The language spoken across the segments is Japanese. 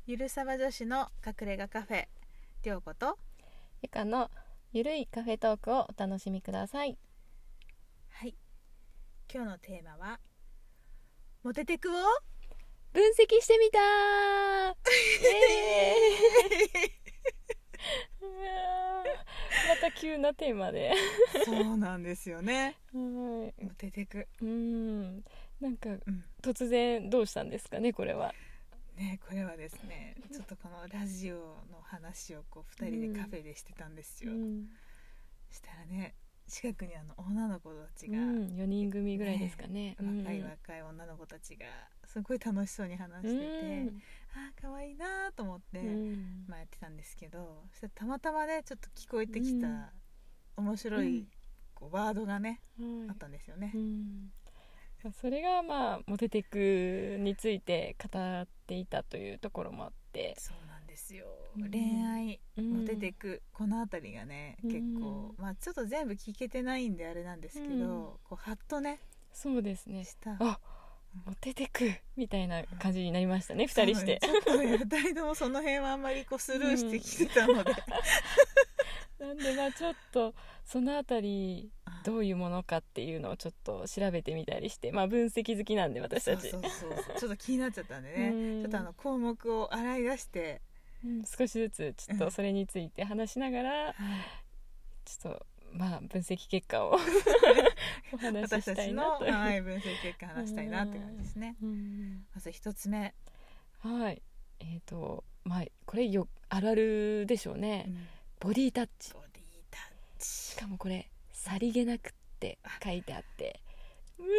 ゆるさば女子の隠れ家カフェ、りょうことゆかのゆるいカフェトークをお楽しみください。 はい、今日のテーマはモテテクを分析してみたーまた急なテーマでそうなんですよねはいモテテクなんか、突然どうしたんですかねこれはね。これはですねちょっとこのラジオの話をこう2人でカフェでしてたんですよ、したらね近くに女の子たちが、 4人組ぐらいですかね、 若い女の子たちがすごい楽しそうに話してて、可愛いなと思って、やってたんですけど、そしたらたまたまねちょっと聞こえてきた面白い、こうワードがね、あったんですよね、 それがモテテクについて語っていたというところもあって、 そうなんですよ、恋愛、モテテク、このあたりがね結構、ちょっと全部聞けてないんであれなんですけど、こうハッとね、 そうですね、 したモテテクみたいな感じになりましたね、2人して。 ちょっとね2人ともその辺はあんまりこうスルーしてきてたので、 なんでちょっとそのあたりどういうものかっていうのをちょっと調べてみたりして、分析好きなんで私たちそうちょっと気になっちゃったんでね、ちょっと項目を洗い出して、 少しずつちょっとそれについて話しながら、ちょっと分析結果をお話ししたいなと私たちの、分析結果話したいなって感じですね。まず一つ目、 これあるあるでしょうね、ボディタッチ。しかもこれさりげなくって書いてあって、むず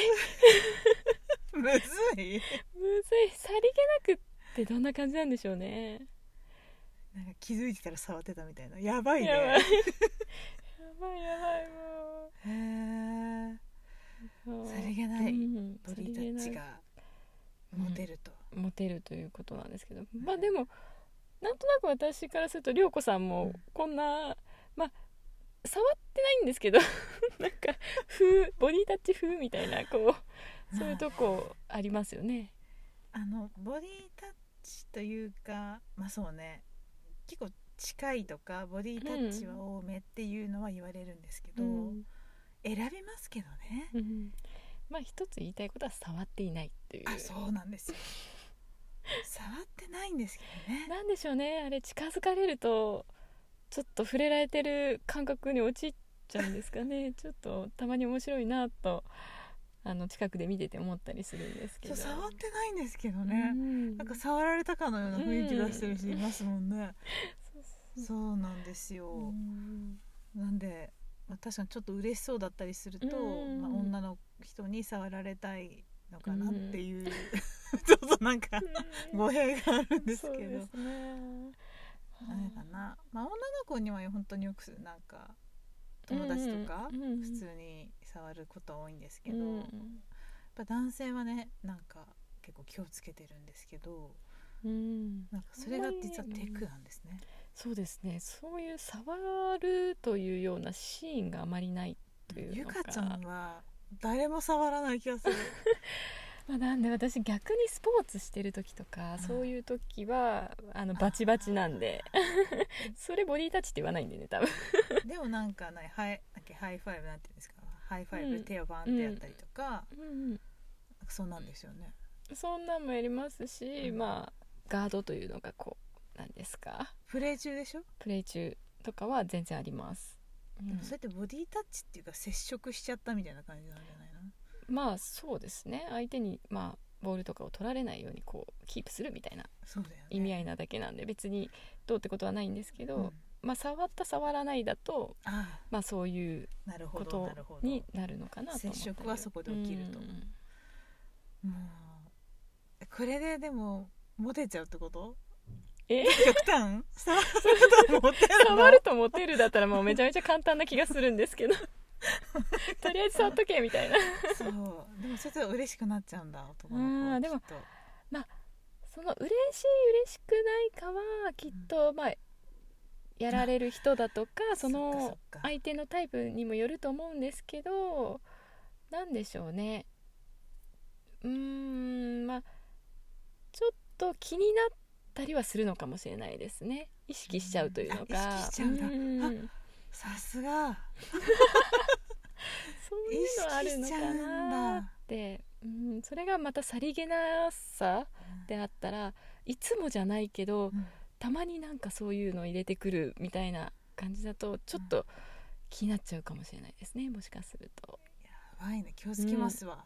いむずいさりげなくってどんな感じなんでしょうね。 なんか気づいてたら触ってたみたいな、やばいね、 やばいもうへえ、さりげない、ボディタッチがモテるということなんですけど、でもなんとなく私からすると涼子さんもこんな、触ってないんですけどなんかボディタッチ風みたいなそういうとこありますよね。 ボディタッチというか、そうね、結構近いとかボディタッチは多めっていうのは言われるんですけど、選びますけどね、 一つ言いたいことは触っていないっていう。 そうなんですよ触ってないんですけどね。 なんでしょうね、あれ近づかれるとちょっと触れられてる感覚に陥っちゃうんですかねちょっとたまに面白いなと近くで見てて思ったりするんですけど、 触ってないんですけどね、なんか触られたかのような雰囲気出してる人いますもんね、そうなんですよ、なんで、確かにちょっと嬉しそうだったりすると、女の人に触られたいのかなっていう、ちょっとなんか語弊があるんですけど、そうですね、あれかな、女の子には本当によくなんか友達とか普通に触ること多いんですけど、やっぱ男性はねなんか結構気をつけてるんですけど、なんかそれが実はテクなんですね。 そうですね、そういう触るというようなシーンがあまりないというのか。 ゆかちゃんは誰も触らない気がするなんで私逆にスポーツしてる時とか、そういう時はバチバチなんでそれボディタッチって言わないんでね多分でもなんかハイファイブなんていうんですか、ハイファイブ手をバンってやったりとか、そんなんですよね。そんなんもやりますし、ガードというのがなんですか、 プレイ中でしょ、 プレイ中とかは全然あります、 でもそれってボディタッチっていうか接触しちゃったみたいな感じなんじゃないの。 そうですね、相手にボールとかを取られないようにキープするみたいな意味合いなだけなんで、別にどうってことはないんですけど、触った触らないだとそういうことになるのかなと思ったり、 接触はそこで起きると、これででもモテちゃうってこと？極端触るとモテるだったらもうめちゃめちゃ簡単な気がするんですけどとりあえず触っとけみたいなそうでもそれと嬉しくなっちゃうんだ男の子。 でもその嬉しくないかはきっとやられる人だとかその相手のタイプにもよると思うんですけど、なんでしょうね、ちょっと気になったたりはするのかもしれないですね。意識しちゃうというのか、 意識しちゃうんだ、さすがそういうのあるのかなって、それがまたさりげなさであったら、いつもじゃないけど、たまになんかそういうの入れてくるみたいな感じだとちょっと気になっちゃうかもしれないですね、もしかすると。 やばいね、気をつけますわ、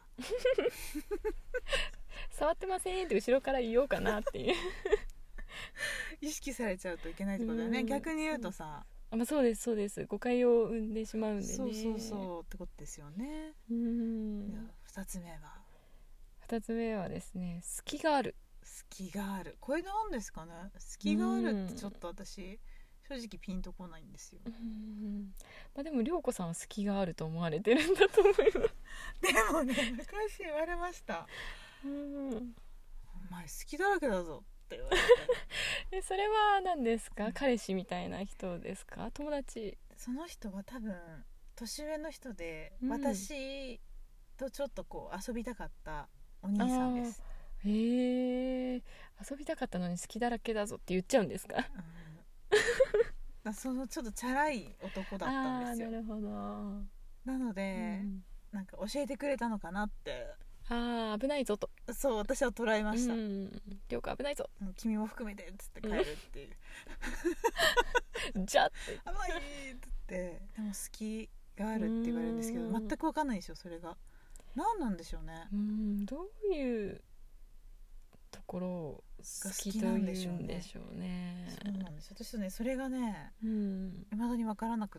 触ってませんって後ろから言おうかなっていう意識されちゃうといけないってことだよね、逆に言うとさ。 そうですそうです、誤解を生んでしまうんでね。 そうってことですよね。2つ目はですね、隙がある。 隙がある、これなんですかね。隙があるってちょっと私正直ピンとこないんですよ。 でも涼子さんは隙があると思われてるんだと思いますでもね、昔言われました。お前隙だらけだぞって言われてそれは何ですか、彼氏みたいな人ですか、友達？ その人は多分年上の人で、私とちょっとこう遊びたかったお兄さんです。 遊びたかったのに好きだらけだぞって言っちゃうんですか？ そのちょっとチャラい男だったんですよ。 なるほど。 なので、なんか教えてくれたのかなって。 危ないぞと。 そう、私は捉えました。 涼子危ないぞ、 君も含めてっつって帰るっていうじゃって危ないっつって。でも好きがあるって言われるんですけど、全く分かんないんですよ、それが何なんでしょうね。 どういうところを好きというんでしょうね。 そうなんです。私ね、それがね、未だに分からなくって、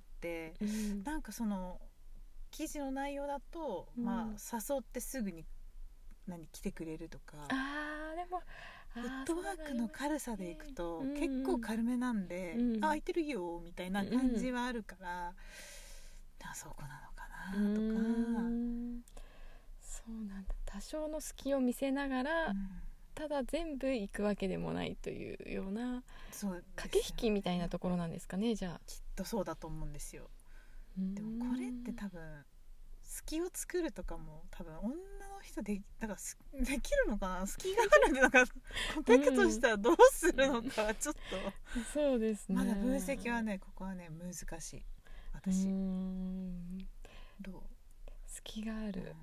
なんかその記事の内容だと、誘ってすぐに来てくれるとか、 でもフットワークの軽さでいくと、結構軽めなんで、空いてるよみたいな感じはあるから、そこなのかなとか。 そうなんだ。多少の隙を見せながら、ただ全部行くわけでもないというような駆け引きみたいなところなんですかね。じゃあきっとそうだと思うんですよ。でもこれって多分隙を作るとかも多分女の人でだからできるのかな。隙があるんで、なんかコンタクトしたらどうするのかはちょっと、 そうですね、 まだ分析はね、ここはね難しい。私どう？ 隙がある、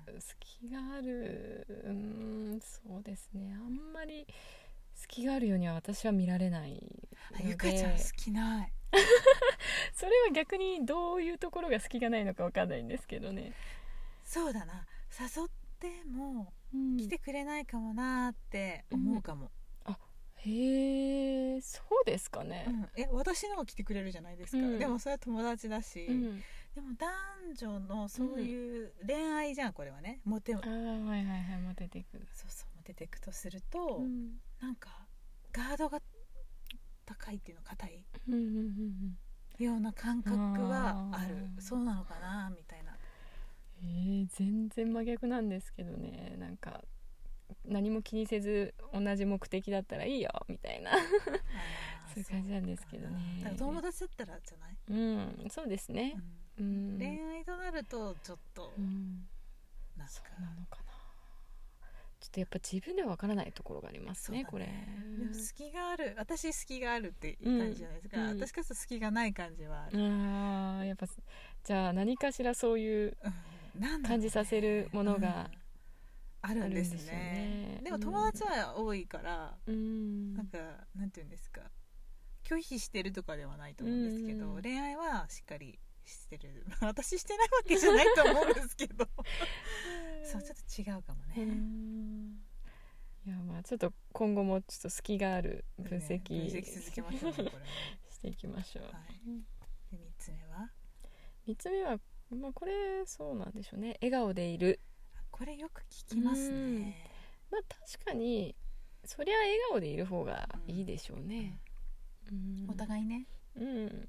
そうですね、あんまり隙があるようには私は見られないので。 ゆかちゃん好きないそれは逆にどういうところが隙がないのか分かんないんですけどね。 そうだな、誘っても来てくれないかもなって思うかも。 へえ、そうですかね。 私のは来てくれるじゃないですか、でもそれは友達だし、でも男女のそういう恋愛じゃん、これはね。モテていく。 モテていく。 モテていくとすると、なんかガードが高いっていうの、硬いような感覚はある。そうなのかなみたいな。 全然真逆なんですけどね。なんか何も気にせず同じ目的だったらいいよみたいなそういう感じなんですけどね。 だから友達だったらじゃない？ そうですね。 恋愛となるとちょっと、なんかそうなのかな。ちょっとやっぱ自分では分からないところがありますね、これ。 でも隙がある、私隙があるって感じじゃないですか、私からすると隙がない感じはある。 やっぱじゃあ何かしらそういう感じさせるものがあるんですね。でも友達は多いから、なんかなんていうんですか、拒否してるとかではないと思うんですけど、恋愛はしっかりしてる私してないわけじゃないと思うんですけどそう、ちょっと違うかもね。 いや、ちょっと今後もちょっと隙がある分析続けましょうね、これしていきましょう。 で3つ目は、これそうなんでしょうね。笑顔でいる。 これよく聞きますね。 確かにそりゃ笑顔でいる方がいいでしょうね。 お互いね。で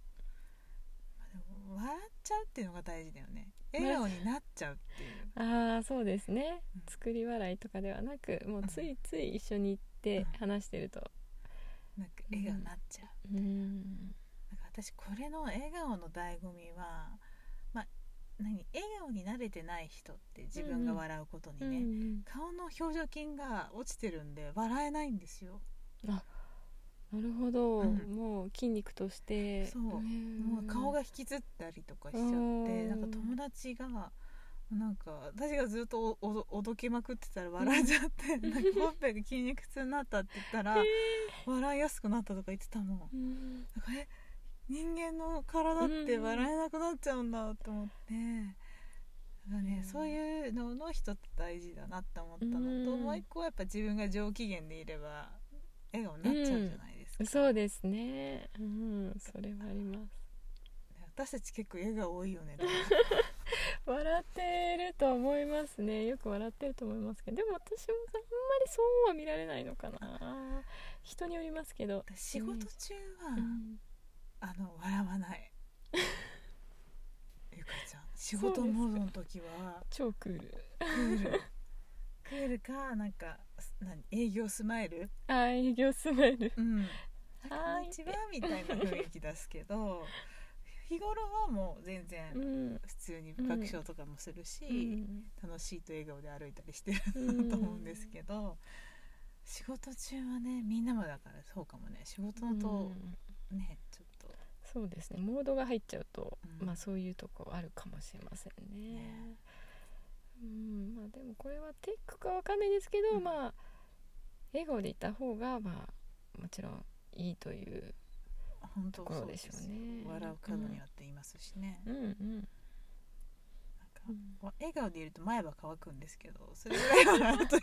も笑っちゃうっていうのが大事だよね。笑顔になっちゃうっていう。 そうですね。作り笑いとかではなく、もうついつい一緒に行って話してると、 なんか笑顔になっちゃう。なんか私これの笑顔の醍醐味は、笑顔に慣れてない人って自分が笑うことにね、顔の表情筋が落ちてるんで笑えないんですよ。 なるほど、もう筋肉として。 そう、もう顔が引きつったりとかしちゃって、なんか友達がなんか私がずっとおどけまくってたら笑っちゃって、なんかほっぺが筋肉痛になったって言ったら、笑いやすくなったとか言ってたの、なんか人間の体って笑えなくなっちゃうんだと思って、だね、そういうのの一つ大事だなって思ったのと、もう一個はやっぱ自分が上機嫌でいれば笑顔になっちゃうじゃないですか。 そうですね、それはあります。 私たち結構笑顔多いよね笑ってると思いますね。よく笑ってると思いますけど、でも私もあんまりそうは見られないのかな。人によりますけど、 仕事中は、笑わないゆかちゃん仕事モードの時は超クールクールか、なんか営業スマイル、 営業スマイル、 こんにちはみたいな雰囲気出すけど日頃はもう全然普通に爆笑とかもするし、楽しいと笑顔で歩いたりしてると思うんですけど、仕事中はね、みんなもだからそうかもね、仕事のとね、ちょっとそうですね、モードが入っちゃうと、そういうとこあるかもしれませんね。でもこれはテックかわかんないですけど、笑顔でいた方がもちろんいいというところでしょうね。 笑う角によって言いますしね、なんか笑顔でいると前歯乾くんですけど、それぐらい笑うといい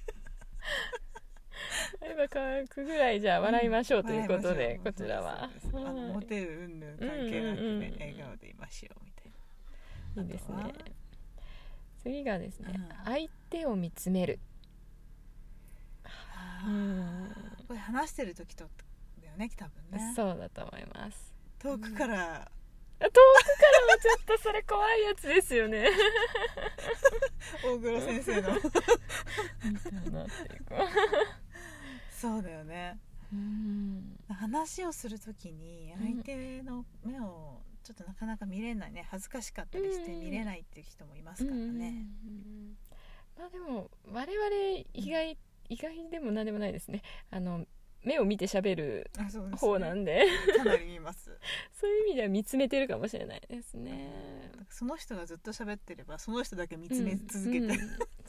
前歯乾くぐらいじゃあ笑いましょうということで、こちらはモテる云々関係なくね、笑顔でいましょうみたいな。 いいですね。次がですね、相手を見つめる。 これ話してる時とだよね、多分ね。 そうだと思います。 遠くから、 もちょっとそれ怖いやつですよね大黒先生のそうだよね。話をするときに相手の目をちょっとなかなか見れないね、恥ずかしかったりして見れないっていう人もいますからね。 でも我々意外でも何でもないですね。目を見て喋る方なんで、 かなり見ますそういう意味では見つめてるかもしれないですね。 その人がずっと喋ってればその人だけ見つめ続けて、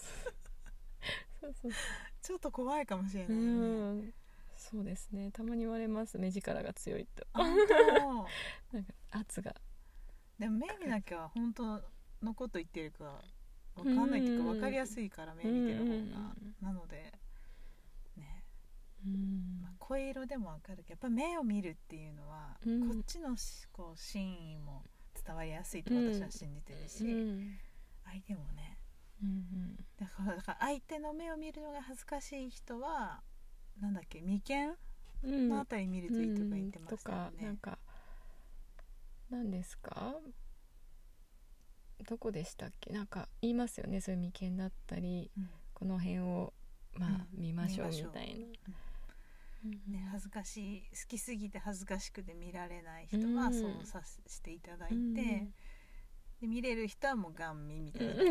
ちょっと怖いかもしれないね。 そうですね、たまに言われます、目力が強いとなんか圧が。 でも目見なきゃ本当のこと言ってるか分かんないっていうか、分かりやすいから目見てる方が、なのでね、声色でも分かるけど、やっぱ目を見るっていうのは、こっちのこう真意も伝わりやすいと私は信じてるし、相手もね、だから相手の目を見るのが恥ずかしい人はなんだっけ、眉間のあたり見るといいとか言ってましたよね。 とか、なんか何ですか、どこでしたっけ、なんか言いますよね、そういう眉間だったり、この辺を見ましょうみたいな、 恥ずかしい、好きすぎて恥ずかしくて見られない人はそうさしていただいて、で見れる人はもうガン見みたいな、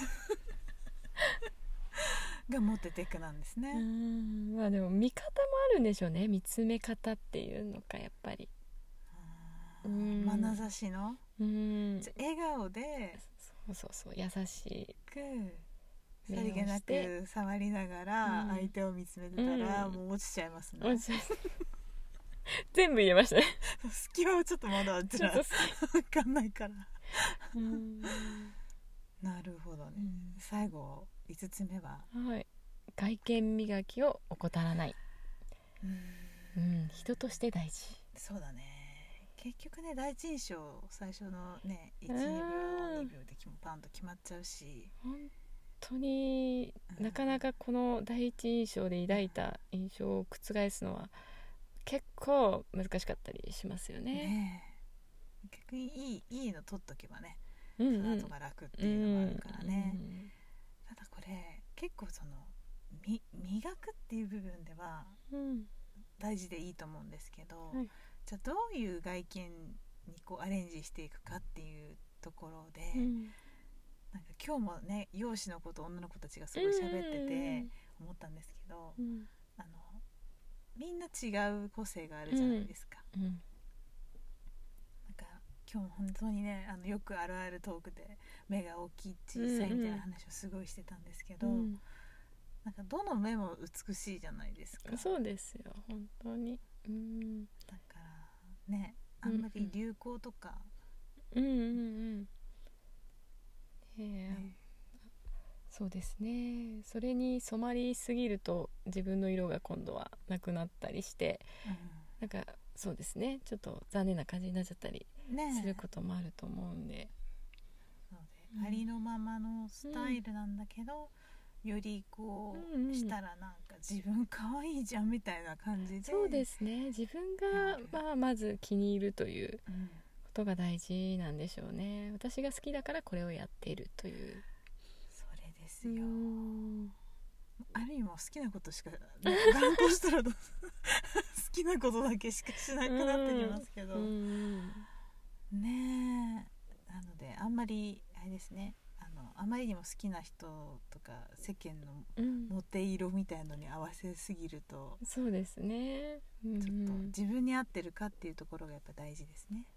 がモテテクなんですね。 でも見方もあるんでしょうね、見つめ方っていうのか、やっぱり眼差しの笑顔で、 そう優しくさりげなく触りながら相手を見つめてたら、もう落ちちゃいますね。 全部言えましたね隙間をちょっとまだ分かんないからなるほどね。最後5つ目は、 外見磨きを怠らない。人として大事。そうだね、 結局ね、第一印象最初のね 1,2 秒2秒でパンと決まっちゃうし、 本当になかなかこの第一印象で抱いた印象を覆すのは結構難しかったりしますよね。 逆にいいの取っとけばね、その後が楽っていうのもあるからね。ただこれ結構その磨くっていう部分では大事でいいと思うんですけど、じゃあどういう外見にこうアレンジしていくかっていうところで、なんか今日もね、容姿のこと女の子たちがすごい喋ってて思ったんですけど、 みんな違う個性があるじゃないですか、なんか今日も本当にねよくあるあるトークで目が大きい小さいみたいな話をすごいしてたんですけど、なんかどの目も美しいじゃないですか。 そうですよ本当に、 だからねあんまり流行とか、 そうですね。それに染まりすぎると自分の色が今度はなくなったりして、なんかそうですねちょっと残念な感じになっちゃったりすることもあると思うんで、 ありのままのスタイルなんだけど、よりこうしたらなんか自分可愛いじゃんみたいな感じで、 そうですね自分が、まず気に入るということが大事なんでしょうね。私が好きだからこれをやっているという、 それですよ。ある意味好きなことしか頑固したら好きなことだけしかしなくなってきますけど、ねえ、なのであんまりあれですね、あまりにも好きな人とか世間のモテ色みたいのに合わせすぎると、 そうですね、 ちょっと自分に合ってるかっていうところがやっぱ大事ですね。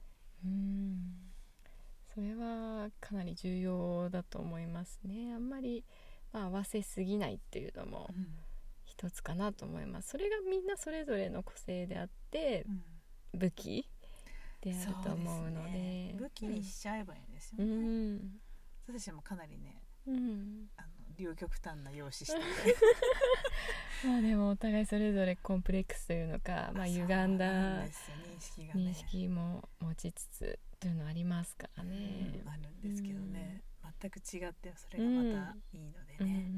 それはかなり重要だと思いますね。あんまり、合わせすぎないっていうのも一つかなと思います。それがみんなそれぞれの個性であって、武器であると思うので、 武器にしちゃえばいいんですよね。私もかなりね、両極端な容姿しててでもお互いそれぞれコンプレックスというのか、歪んだ認識も持ちつつというのありますからね、 あるんですけどね、全く違ってそれがまたいいのでね、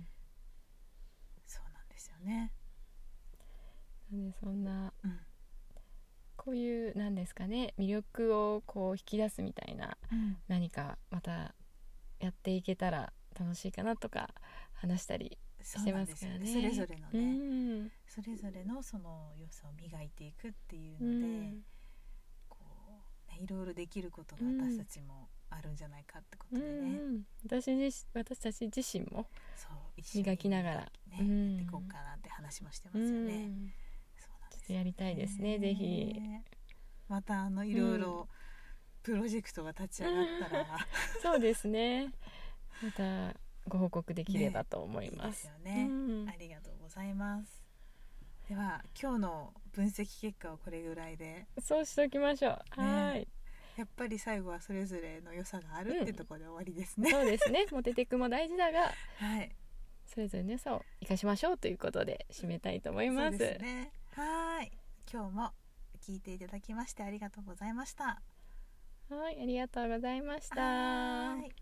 そうなんですよね。 なんでそんな、こういうなんですかね、魅力をこう引き出すみたいな、何かまたやっていけたら楽しいかなとか話したりしてますからね。 それぞれのね、それぞれのその良さを磨いていくっていうので、こう、ね、いろいろできることが私たちもあるんじゃないかってことでね、 私たち自身も磨きながら、 やっていこうかなって話もしてますよね。そうなんですね。 ちょっとやりたいですね、ぜひまたいろいろプロジェクトが立ち上がったら、 そうですね、またご報告できればと思います。 いいですよね、ありがとうございます。では今日の分析結果はこれぐらいで、 そうしておきましょう。はい、 やっぱり最後はそれぞれの良さがあるってところで終わりですね。 そうですね、モテテクも大事だが、それぞれの良さを生かしましょうということで締めたいと思います。 そうですね。はい、今日も聞いていただきましてありがとうございました。 はい、ありがとうございました。